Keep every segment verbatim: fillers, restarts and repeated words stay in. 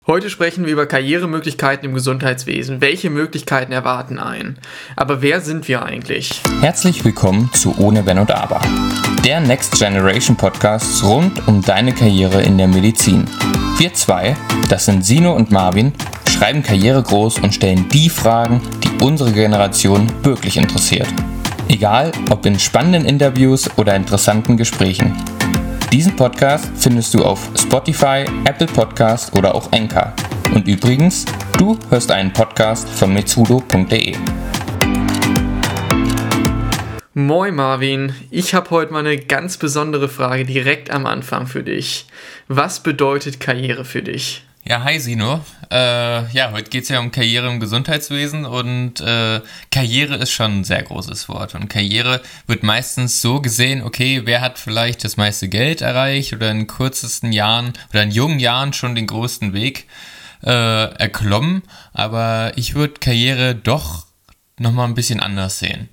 Heute sprechen wir über Karrieremöglichkeiten im Gesundheitswesen. Welche Möglichkeiten erwarten einen? Aber wer sind wir eigentlich? Herzlich willkommen zu Ohne Wenn und Aber, der Next Generation Podcast rund um deine Karriere in der Medizin. Wir zwei, das sind Sino und Marvin, schreiben Karriere groß und stellen die Fragen, die unsere Generation wirklich interessiert. Egal, ob in spannenden Interviews oder interessanten Gesprächen. Diesen Podcast findest du auf Spotify, Apple Podcast oder auch Anchor. Und übrigens, du hörst einen Podcast von metsudo punkt de. Moin Marvin, ich habe heute mal eine ganz besondere Frage direkt am Anfang für dich. Was bedeutet Karriere für dich? Ja, hi Sino. Äh, ja, heute geht es ja um Karriere im Gesundheitswesen und äh, Karriere ist schon ein sehr großes Wort. Und Karriere wird meistens so gesehen, okay, wer hat vielleicht das meiste Geld erreicht oder in kürzesten Jahren oder in jungen Jahren schon den größten Weg äh, erklommen. Aber ich würde Karriere doch nochmal ein bisschen anders sehen.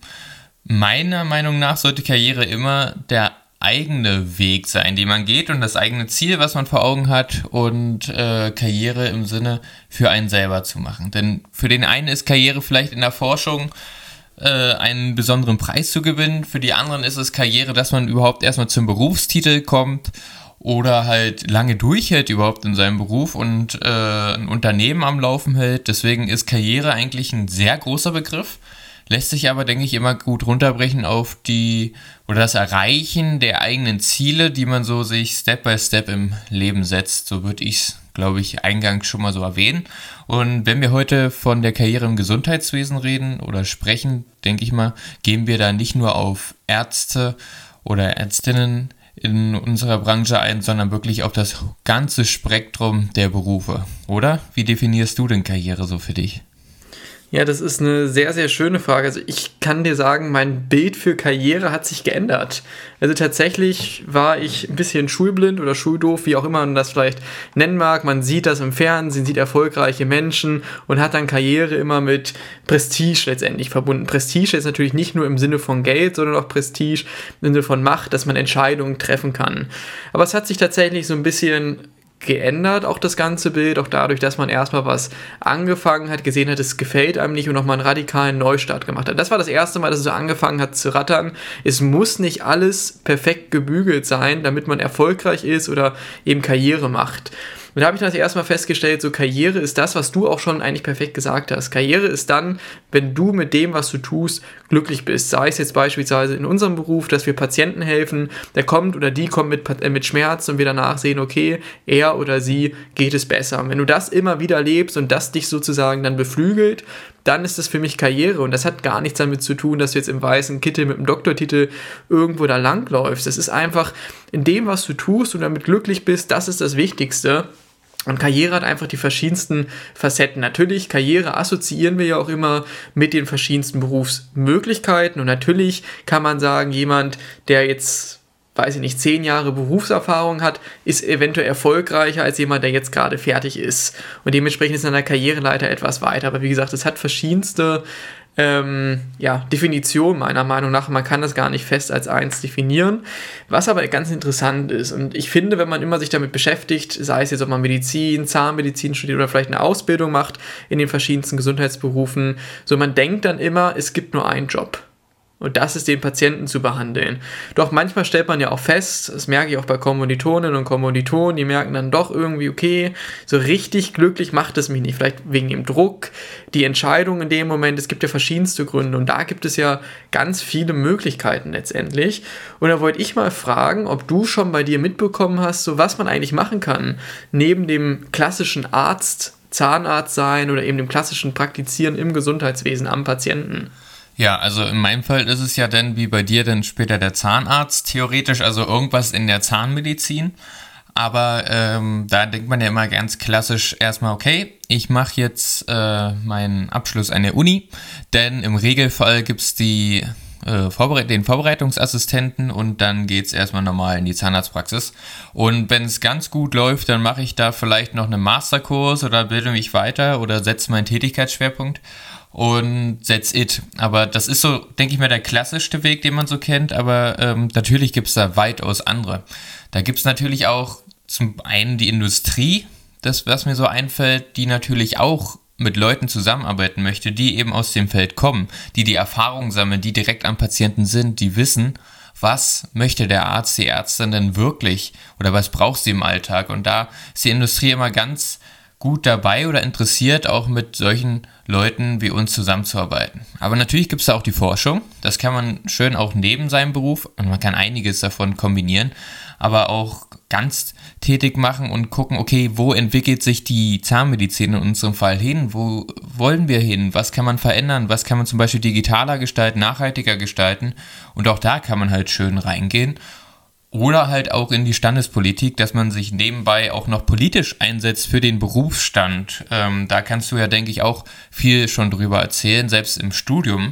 Meiner Meinung nach sollte Karriere immer der eigene Weg sein, den man geht und das eigene Ziel, was man vor Augen hat und äh, Karriere im Sinne für einen selber zu machen. Denn für den einen ist Karriere vielleicht in der Forschung äh, einen besonderen Preis zu gewinnen, für die anderen ist es Karriere, dass man überhaupt erstmal zum Berufstitel kommt oder halt lange durchhält überhaupt in seinem Beruf und äh, ein Unternehmen am Laufen hält. Deswegen ist Karriere eigentlich ein sehr großer Begriff. Lässt sich aber, denke ich, immer gut runterbrechen auf die oder das Erreichen der eigenen Ziele, die man so sich Step by Step im Leben setzt. So würde ich es, glaube ich, eingangs schon mal so erwähnen. Und wenn wir heute von der Karriere im Gesundheitswesen reden oder sprechen, denke ich mal, gehen wir da nicht nur auf Ärzte oder Ärztinnen in unserer Branche ein, sondern wirklich auf das ganze Spektrum der Berufe. Oder? Wie definierst du denn Karriere so für dich? Ja, das ist eine sehr, sehr schöne Frage. Also ich kann dir sagen, mein Bild für Karriere hat sich geändert. Also tatsächlich war ich ein bisschen schulblind oder schuldoof, wie auch immer man das vielleicht nennen mag. Man sieht das im Fernsehen, sieht erfolgreiche Menschen und hat dann Karriere immer mit Prestige letztendlich verbunden. Prestige ist natürlich nicht nur im Sinne von Geld, sondern auch Prestige im Sinne von Macht, dass man Entscheidungen treffen kann. Aber es hat sich tatsächlich so ein bisschen geändert, auch das ganze Bild, auch dadurch, dass man erstmal was angefangen hat, gesehen hat, es gefällt einem nicht und nochmal einen radikalen Neustart gemacht hat. Das war das erste Mal, dass es so angefangen hat zu rattern. Es muss nicht alles perfekt gebügelt sein, damit man erfolgreich ist oder eben Karriere macht. Und da habe ich dann erstmal festgestellt, so Karriere ist das, was du auch schon eigentlich perfekt gesagt hast. Karriere ist dann, wenn du mit dem, was du tust, glücklich bist. Sei es jetzt beispielsweise in unserem Beruf, dass wir Patienten helfen, der kommt oder die kommt mit, äh, mit Schmerz und wir danach sehen, okay, er oder sie geht es besser. Und wenn du das immer wieder lebst und das dich sozusagen dann beflügelt, dann ist das für mich Karriere und das hat gar nichts damit zu tun, dass du jetzt im weißen Kittel mit dem Doktortitel irgendwo da langläufst. Das ist einfach in dem, was du tust und damit glücklich bist, das ist das Wichtigste. Und Karriere hat einfach die verschiedensten Facetten. Natürlich, Karriere assoziieren wir ja auch immer mit den verschiedensten Berufsmöglichkeiten und natürlich kann man sagen, jemand, der jetzt, weiß ich nicht, zehn Jahre Berufserfahrung hat, ist eventuell erfolgreicher als jemand, der jetzt gerade fertig ist. Und dementsprechend ist an der Karriereleiter etwas weiter. Aber wie gesagt, es hat verschiedenste ähm, ja, Definitionen meiner Meinung nach. Man kann das gar nicht fest als eins definieren. Was aber ganz interessant ist, und ich finde, wenn man immer sich damit beschäftigt, sei es jetzt, ob man Medizin, Zahnmedizin studiert oder vielleicht eine Ausbildung macht in den verschiedensten Gesundheitsberufen, so man denkt dann immer, es gibt nur einen Job. Und das ist, den Patienten zu behandeln. Doch manchmal stellt man ja auch fest, das merke ich auch bei Kommilitoninnen und Kommilitonen, die merken dann doch irgendwie, okay, so richtig glücklich macht es mich nicht. Vielleicht wegen dem Druck, die Entscheidung in dem Moment, es gibt ja verschiedenste Gründe. Und da gibt es ja ganz viele Möglichkeiten letztendlich. Und da wollte ich mal fragen, ob du schon bei dir mitbekommen hast, so was man eigentlich machen kann, neben dem klassischen Arzt, Zahnarzt sein oder eben dem klassischen Praktizieren im Gesundheitswesen am Patienten. Ja, also in meinem Fall ist es ja dann wie bei dir dann später der Zahnarzt, theoretisch, also irgendwas in der Zahnmedizin. Aber ähm, da denkt man ja immer ganz klassisch erstmal, okay, ich mache jetzt äh, meinen Abschluss an der Uni, denn im Regelfall gibt's die äh, Vorbere- den Vorbereitungsassistenten und dann geht's erstmal normal in die Zahnarztpraxis. Und wenn es ganz gut läuft, dann mache ich da vielleicht noch einen Masterkurs oder bilde mich weiter oder setze meinen Tätigkeitsschwerpunkt. Und that's it. Aber das ist so, denke ich mal, der klassischste Weg, den man so kennt, aber ähm, natürlich gibt es da weitaus andere. Da gibt es natürlich auch zum einen die Industrie, das, was mir so einfällt, die natürlich auch mit Leuten zusammenarbeiten möchte, die eben aus dem Feld kommen, die die Erfahrung sammeln, die direkt am Patienten sind, die wissen, was möchte der Arzt, die Ärztin denn wirklich oder was braucht sie im Alltag. Und da ist die Industrie immer ganz gut dabei oder interessiert, auch mit solchen Leuten wie uns zusammenzuarbeiten. Aber natürlich gibt es da auch die Forschung. Das kann man schön auch neben seinem Beruf, und man kann einiges davon kombinieren, aber auch ganz tätig machen und gucken, okay, wo entwickelt sich die Zahnmedizin in unserem Fall hin? Wo wollen wir hin? Was kann man verändern? Was kann man zum Beispiel digitaler gestalten, nachhaltiger gestalten? Und auch da kann man halt schön reingehen. Oder halt auch in die Standespolitik, dass man sich nebenbei auch noch politisch einsetzt für den Berufsstand. Ähm, da kannst du ja, denke ich, auch viel schon drüber erzählen, selbst im Studium.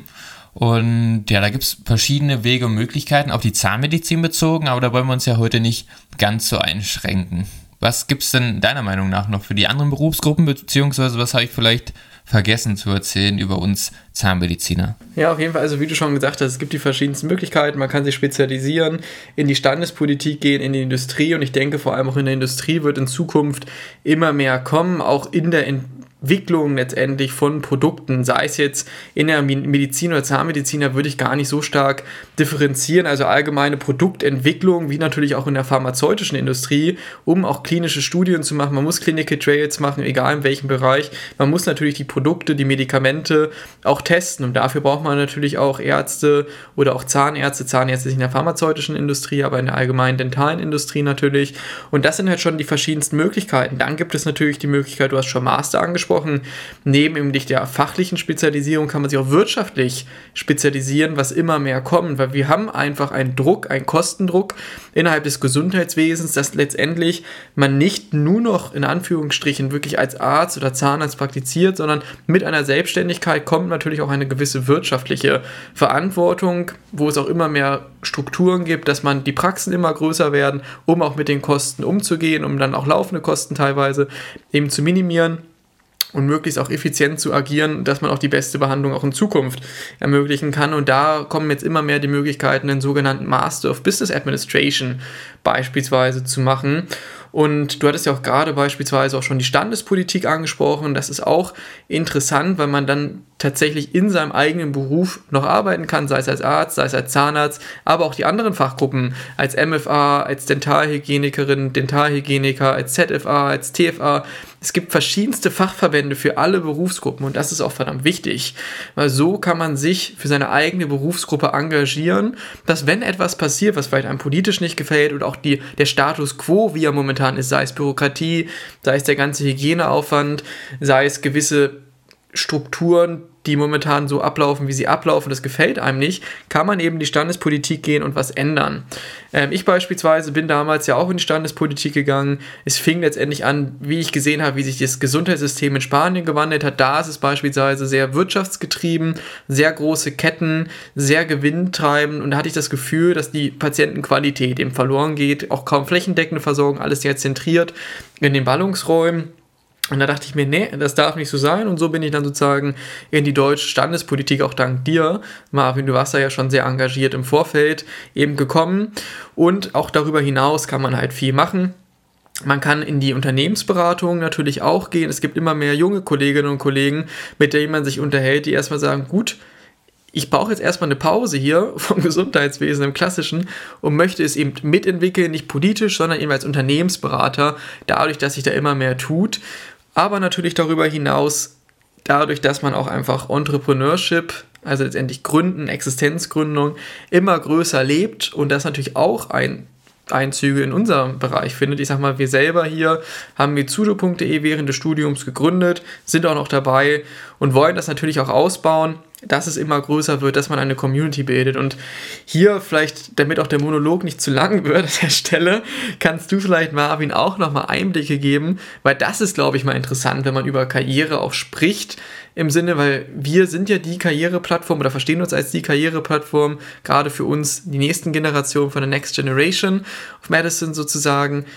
Und ja, da gibt es verschiedene Wege und Möglichkeiten, auf die Zahnmedizin bezogen, aber da wollen wir uns ja heute nicht ganz so einschränken. Was gibt es denn deiner Meinung nach noch für die anderen Berufsgruppen, beziehungsweise was habe ich vielleicht vergessen zu erzählen über uns Zahnmediziner? Ja, auf jeden Fall, also wie du schon gesagt hast, es gibt die verschiedensten Möglichkeiten, man kann sich spezialisieren, in die Standespolitik gehen, in die Industrie, und ich denke vor allem auch in der Industrie wird in Zukunft immer mehr kommen, auch in der Entwicklung letztendlich von Produkten, sei es jetzt in der Medizin oder Zahnmedizin, da würde ich gar nicht so stark differenzieren, also allgemeine Produktentwicklung, wie natürlich auch in der pharmazeutischen Industrie, um auch klinische Studien zu machen, man muss Clinical Trials machen, egal in welchem Bereich, man muss natürlich die Produkte, die Medikamente auch testen, und dafür braucht man natürlich auch Ärzte oder auch Zahnärzte, Zahnärzte in der pharmazeutischen Industrie, aber in der allgemeinen dentalen Industrie natürlich, und das sind halt schon die verschiedensten Möglichkeiten. Dann gibt es natürlich die Möglichkeit, du hast schon Master angesprochen, neben eben der fachlichen Spezialisierung kann man sich auch wirtschaftlich spezialisieren, was immer mehr kommt, weil wir haben einfach einen Druck, einen Kostendruck innerhalb des Gesundheitswesens, dass letztendlich man nicht nur noch in Anführungsstrichen wirklich als Arzt oder Zahnarzt praktiziert, sondern mit einer Selbstständigkeit kommt natürlich auch eine gewisse wirtschaftliche Verantwortung, wo es auch immer mehr Strukturen gibt, dass man die Praxen immer größer werden, um auch mit den Kosten umzugehen, um dann auch laufende Kosten teilweise eben zu minimieren und möglichst auch effizient zu agieren, dass man auch die beste Behandlung auch in Zukunft ermöglichen kann. Und da kommen jetzt immer mehr die Möglichkeiten, den sogenannten Master of Business Administration beispielsweise zu machen. Und du hattest ja auch gerade beispielsweise auch schon die Standespolitik angesprochen. Das ist auch interessant, weil man dann tatsächlich in seinem eigenen Beruf noch arbeiten kann, sei es als Arzt, sei es als Zahnarzt, aber auch die anderen Fachgruppen als M F A, als Dentalhygienikerin, Dentalhygieniker, als Z F A, als T F A. Es gibt verschiedenste Fachverbände für alle Berufsgruppen, und das ist auch verdammt wichtig, weil so kann man sich für seine eigene Berufsgruppe engagieren, dass wenn etwas passiert, was vielleicht einem politisch nicht gefällt oder auch die, der Status quo, wie er momentan ist, sei es Bürokratie, sei es der ganze Hygieneaufwand, sei es gewisse Strukturen, die momentan so ablaufen, wie sie ablaufen, das gefällt einem nicht, kann man eben in die Standespolitik gehen und was ändern. Ähm, ich beispielsweise bin damals ja auch in die Standespolitik gegangen. Es fing letztendlich an, wie ich gesehen habe, wie sich das Gesundheitssystem in Spanien gewandelt hat. Da ist es beispielsweise sehr wirtschaftsgetrieben, sehr große Ketten, sehr gewinntreibend, und da hatte ich das Gefühl, dass die Patientenqualität eben verloren geht, auch kaum flächendeckende Versorgung, alles sehr zentriert in den Ballungsräumen. Und da dachte ich mir, nee, das darf nicht so sein, und so bin ich dann sozusagen in die deutsche Standespolitik, auch dank dir, Marvin, du warst da ja schon sehr engagiert im Vorfeld, eben gekommen, und auch darüber hinaus kann man halt viel machen. Man kann in die Unternehmensberatung natürlich auch gehen, es gibt immer mehr junge Kolleginnen und Kollegen, mit denen man sich unterhält, die erstmal sagen, gut, ich brauche jetzt erstmal eine Pause hier vom Gesundheitswesen im Klassischen und möchte es eben mitentwickeln, nicht politisch, sondern eben als Unternehmensberater, dadurch, dass sich da immer mehr tut. Aber natürlich darüber hinaus, dadurch, dass man auch einfach Entrepreneurship, also letztendlich Gründen, Existenzgründung, immer größer lebt und das natürlich auch ein Einzüge in unserem Bereich findet. Ich sag mal, wir selber hier haben Metsudo punkt de während des Studiums gegründet, sind auch noch dabei und wollen das natürlich auch ausbauen, dass es immer größer wird, dass man eine Community bildet. Und hier vielleicht, damit auch der Monolog nicht zu lang wird an der Stelle, kannst du vielleicht, Marvin, auch nochmal Einblicke geben, weil das ist, glaube ich, mal interessant, wenn man über Karriere auch spricht, im Sinne, weil wir sind ja die Karriereplattform oder verstehen uns als die Karriereplattform, gerade für uns, die nächsten Generationen von der Next Generation of Medicine sozusagen.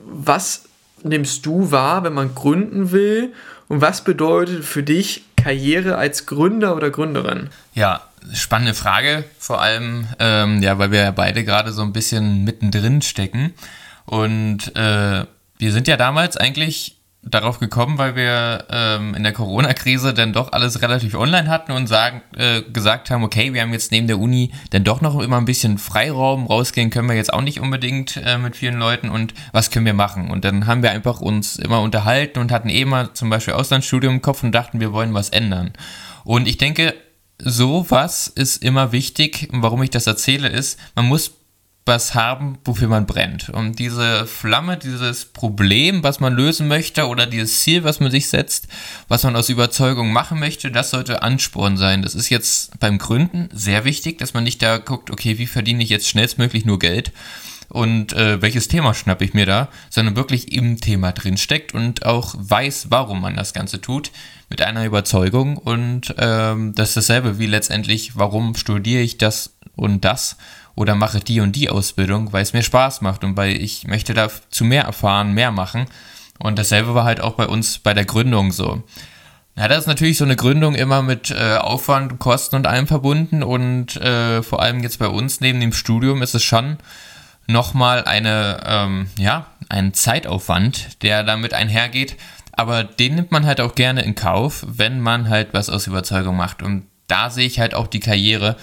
Was nimmst du wahr, wenn man gründen will, und was bedeutet für dich Karriere als Gründer oder Gründerin? Ja, spannende Frage, vor allem, ähm, ja, weil wir ja beide gerade so ein bisschen mittendrin stecken, und äh, wir sind ja damals eigentlich darauf gekommen, weil wir ähm, in der Corona-Krise dann doch alles relativ online hatten und sagen, äh, gesagt haben, okay, wir haben jetzt neben der Uni dann doch noch immer ein bisschen Freiraum, rausgehen können wir jetzt auch nicht unbedingt äh, mit vielen Leuten und was können wir machen? Und dann haben wir einfach uns immer unterhalten und hatten eh mal zum Beispiel Auslandsstudium im Kopf und dachten, wir wollen was ändern. Und ich denke, sowas ist immer wichtig. Und warum ich das erzähle, ist, man muss was haben, wofür man brennt. Und diese Flamme, dieses Problem, was man lösen möchte oder dieses Ziel, was man sich setzt, was man aus Überzeugung machen möchte, das sollte Ansporn sein. Das ist jetzt beim Gründen sehr wichtig, dass man nicht da guckt, okay, wie verdiene ich jetzt schnellstmöglich nur Geld und äh, welches Thema schnappe ich mir da, sondern wirklich im Thema drin steckt und auch weiß, warum man das Ganze tut, mit einer Überzeugung. Und ähm, das ist dasselbe wie letztendlich, warum studiere ich das und das oder mache die und die Ausbildung, weil es mir Spaß macht und weil ich möchte dazu mehr erfahren, mehr machen. Und dasselbe war halt auch bei uns bei der Gründung so. Ja, da ist natürlich so eine Gründung immer mit äh, Aufwand, Kosten und allem verbunden und äh, vor allem jetzt bei uns neben dem Studium ist es schon nochmal eine, ähm, ja, ein Zeitaufwand, der damit einhergeht, aber den nimmt man halt auch gerne in Kauf, wenn man halt was aus Überzeugung macht. Und da sehe ich halt auch die Karriere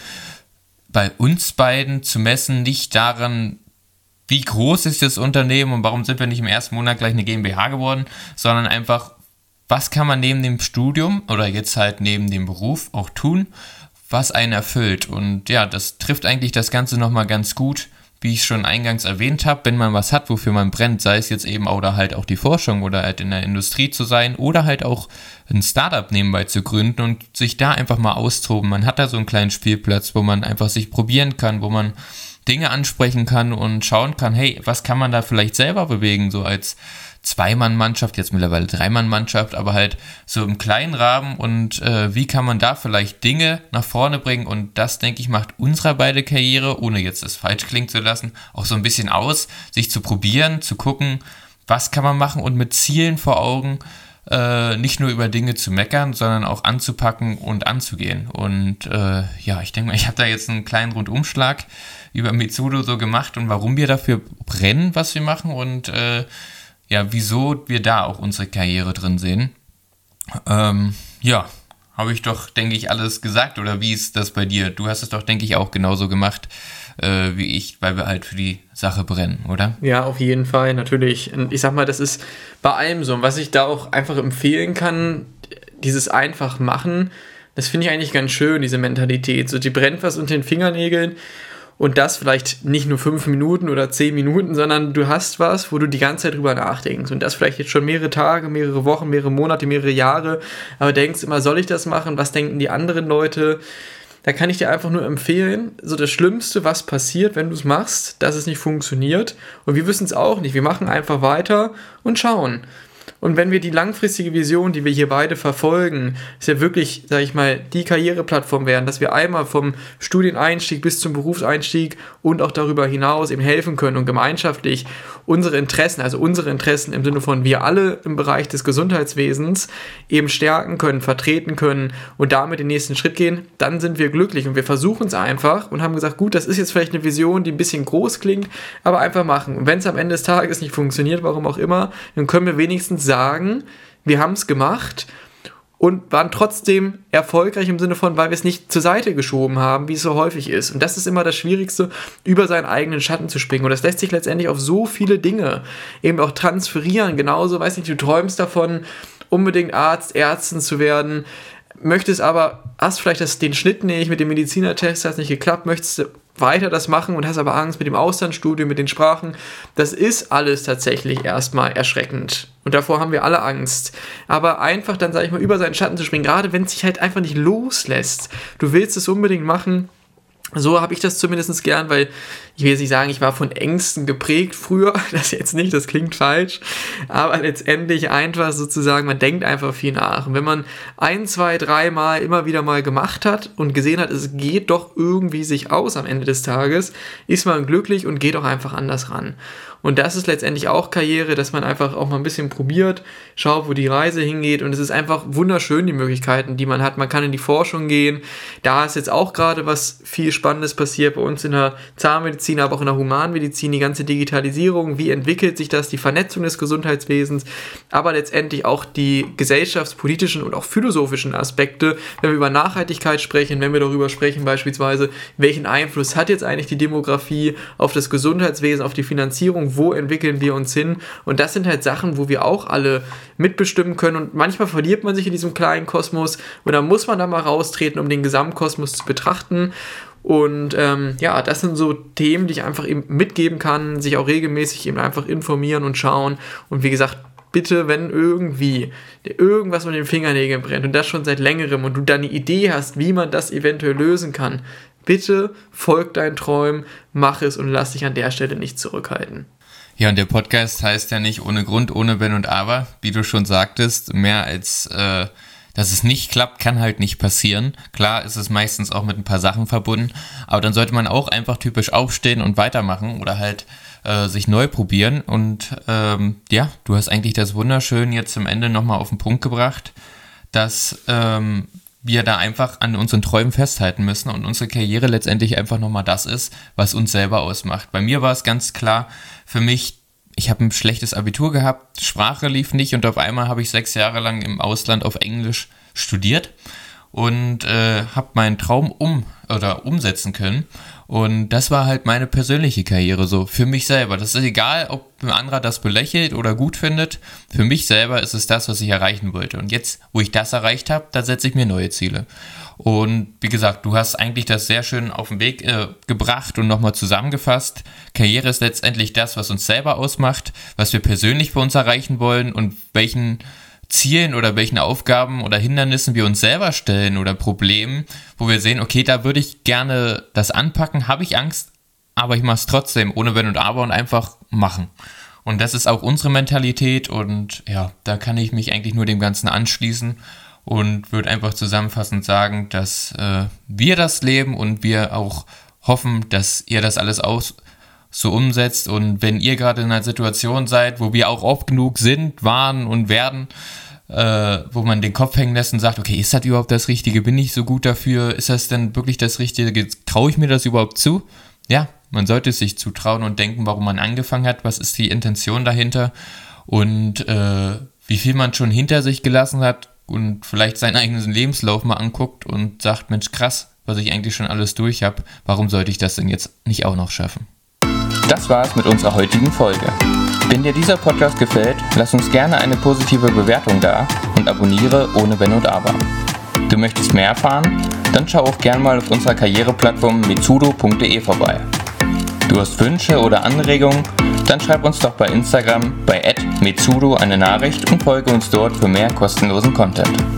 bei uns beiden zu messen, nicht daran, wie groß ist das Unternehmen und warum sind wir nicht im ersten Monat gleich eine GmbH geworden, sondern einfach, was kann man neben dem Studium oder jetzt halt neben dem Beruf auch tun, was einen erfüllt. Und ja, das trifft eigentlich das Ganze nochmal ganz gut, wie ich schon eingangs erwähnt habe, wenn man was hat, wofür man brennt, sei es jetzt eben oder halt auch die Forschung oder halt in der Industrie zu sein oder halt auch ein Startup nebenbei zu gründen und sich da einfach mal austoben. Man hat da so einen kleinen Spielplatz, wo man einfach sich probieren kann, wo man Dinge ansprechen kann und schauen kann, hey, was kann man da vielleicht selber bewegen, so als Zwei-Mann-Mannschaft, jetzt mittlerweile Drei-Mann-Mannschaft, aber halt so im kleinen Rahmen und äh, wie kann man da vielleicht Dinge nach vorne bringen und das, denke ich, macht unserer beide Karriere, ohne jetzt das falsch klingen zu lassen, auch so ein bisschen aus, sich zu probieren, zu gucken, was kann man machen und mit Zielen vor Augen äh, nicht nur über Dinge zu meckern, sondern auch anzupacken und anzugehen. Und äh, ja, ich denke mal, ich habe da jetzt einen kleinen Rundumschlag über Mitsudo so gemacht und warum wir dafür brennen, was wir machen und äh, ja, wieso wir da auch unsere Karriere drin sehen. Ähm, ja, habe ich doch, denke ich, alles gesagt. Oder wie ist das bei dir? Du hast es doch, denke ich, auch genauso gemacht äh, wie ich, weil wir halt für die Sache brennen, oder? Ja, auf jeden Fall, natürlich. Und ich sag mal, das ist bei allem so. Und was ich da auch einfach empfehlen kann, dieses einfach machen, das finde ich eigentlich ganz schön, diese Mentalität. So, die brennt was unter den Fingernägeln. Und das vielleicht nicht nur fünf Minuten oder zehn Minuten, sondern du hast was, wo du die ganze Zeit drüber nachdenkst. Und das vielleicht jetzt schon mehrere Tage, mehrere Wochen, mehrere Monate, mehrere Jahre. Aber denkst immer, soll ich das machen? Was denken die anderen Leute? Da kann ich dir einfach nur empfehlen, so das Schlimmste, was passiert, wenn du es machst, dass es nicht funktioniert. Und wir wissen es auch nicht. Wir machen einfach weiter und schauen. Und wenn wir die langfristige Vision, die wir hier beide verfolgen, ist ja wirklich, sag ich mal, die Karriereplattform werden, dass wir einmal vom Studieneinstieg bis zum Berufseinstieg und auch darüber hinaus eben helfen können und gemeinschaftlich unsere Interessen, also unsere Interessen im Sinne von wir alle im Bereich des Gesundheitswesens eben stärken können, vertreten können und damit den nächsten Schritt gehen, dann sind wir glücklich und wir versuchen es einfach und haben gesagt, gut, das ist jetzt vielleicht eine Vision, die ein bisschen groß klingt, aber einfach machen. Und wenn es am Ende des Tages nicht funktioniert, warum auch immer, dann können wir wenigstens sagen, wir haben es gemacht und waren trotzdem erfolgreich im Sinne von, weil wir es nicht zur Seite geschoben haben, wie es so häufig ist. Und das ist immer das Schwierigste, über seinen eigenen Schatten zu springen. Und das lässt sich letztendlich auf so viele Dinge eben auch transferieren. Genauso, weiß nicht, du träumst davon, unbedingt Arzt, Ärztin zu werden, möchtest aber, hast vielleicht das, den Schnitt nicht, mit dem Medizinertest hat es nicht geklappt, möchtest weiter das machen und hast aber Angst mit dem Auslandsstudium, mit den Sprachen. Das ist alles tatsächlich erstmal erschreckend. Und davor haben wir alle Angst. Aber einfach dann, sag ich mal, über seinen Schatten zu springen, gerade wenn es sich halt einfach nicht loslässt. Du willst es unbedingt machen. So habe ich das zumindest gern, weil ich will jetzt nicht sagen, ich war von Ängsten geprägt früher, das jetzt nicht, das klingt falsch, aber letztendlich einfach sozusagen, man denkt einfach viel nach. Und wenn man ein, zwei, drei Mal immer wieder mal gemacht hat und gesehen hat, es geht doch irgendwie sich aus am Ende des Tages, ist man glücklich und geht auch einfach anders ran. Und das ist letztendlich auch Karriere, dass man einfach auch mal ein bisschen probiert, schaut, wo die Reise hingeht. Und es ist einfach wunderschön, die Möglichkeiten, die man hat. Man kann in die Forschung gehen. Da ist jetzt auch gerade was viel Spannendes passiert bei uns in der Zahnmedizin, aber auch in der Humanmedizin, die ganze Digitalisierung, wie entwickelt sich das, die Vernetzung des Gesundheitswesens, aber letztendlich auch die gesellschaftspolitischen und auch philosophischen Aspekte, wenn wir über Nachhaltigkeit sprechen, wenn wir darüber sprechen beispielsweise, welchen Einfluss hat jetzt eigentlich die Demografie auf das Gesundheitswesen, auf die Finanzierung, wo entwickeln wir uns hin, und das sind halt Sachen, wo wir auch alle mitbestimmen können, und manchmal verliert man sich in diesem kleinen Kosmos und dann muss man da mal raustreten, um den Gesamtkosmos zu betrachten. Und ähm, ja, das sind so Themen, die ich einfach eben mitgeben kann, sich auch regelmäßig eben einfach informieren und schauen. Und wie gesagt, bitte, wenn irgendwie dir irgendwas mit den Fingernägeln brennt und das schon seit längerem und du da eine Idee hast, wie man das eventuell lösen kann, bitte folg deinen Träumen, mach es und lass dich an der Stelle nicht zurückhalten. Ja, und der Podcast heißt ja nicht ohne Grund, ohne Wenn und Aber, wie du schon sagtest, mehr als, äh, dass es nicht klappt, kann halt nicht passieren. Klar ist es meistens auch mit ein paar Sachen verbunden, aber dann sollte man auch einfach typisch aufstehen und weitermachen oder halt äh, sich neu probieren. Und ähm, ja, du hast eigentlich das wunderschön jetzt zum Ende nochmal auf den Punkt gebracht, dass ähm, wir da einfach an unseren Träumen festhalten müssen und unsere Karriere letztendlich einfach nochmal das ist, was uns selber ausmacht. Bei mir war es ganz klar für mich, ich habe ein schlechtes Abitur gehabt, Sprache lief nicht und auf einmal habe ich sechs Jahre lang im Ausland auf Englisch studiert und äh, habe meinen Traum um oder umsetzen können. Und das war halt meine persönliche Karriere so, für mich selber. Das ist egal, ob ein anderer das belächelt oder gut findet. Für mich selber ist es das, was ich erreichen wollte. Und jetzt, wo ich das erreicht habe, da setze ich mir neue Ziele. Und wie gesagt, du hast eigentlich das sehr schön auf den Weg äh, gebracht und nochmal zusammengefasst. Karriere ist letztendlich das, was uns selber ausmacht, was wir persönlich für uns erreichen wollen und welchen Zielen oder welchen Aufgaben oder Hindernissen wir uns selber stellen oder Problemen, wo wir sehen, okay, da würde ich gerne das anpacken, habe ich Angst, aber ich mache es trotzdem, ohne Wenn und Aber und einfach machen. Und das ist auch unsere Mentalität und ja, da kann ich mich eigentlich nur dem Ganzen anschließen und würde einfach zusammenfassend sagen, dass äh, wir das leben und wir auch hoffen, dass ihr das alles aus so umsetzt, und wenn ihr gerade in einer Situation seid, wo wir auch oft genug sind, waren und werden, äh, wo man den Kopf hängen lässt und sagt, okay, ist das überhaupt das Richtige, bin ich so gut dafür, ist das denn wirklich das Richtige, traue ich mir das überhaupt zu? Ja, man sollte es sich zutrauen und denken, warum man angefangen hat, was ist die Intention dahinter und äh, wie viel man schon hinter sich gelassen hat und vielleicht seinen eigenen Lebenslauf mal anguckt und sagt, Mensch, krass, was ich eigentlich schon alles durch habe, warum sollte ich das denn jetzt nicht auch noch schaffen? Das war's mit unserer heutigen Folge. Wenn dir dieser Podcast gefällt, lass uns gerne eine positive Bewertung da und abonniere ohne Wenn und Aber. Du möchtest mehr erfahren? Dann schau auch gerne mal auf unserer Karriereplattform metsudo punkt de vorbei. Du hast Wünsche oder Anregungen? Dann schreib uns doch bei Instagram bei at metsudo eine Nachricht und folge uns dort für mehr kostenlosen Content.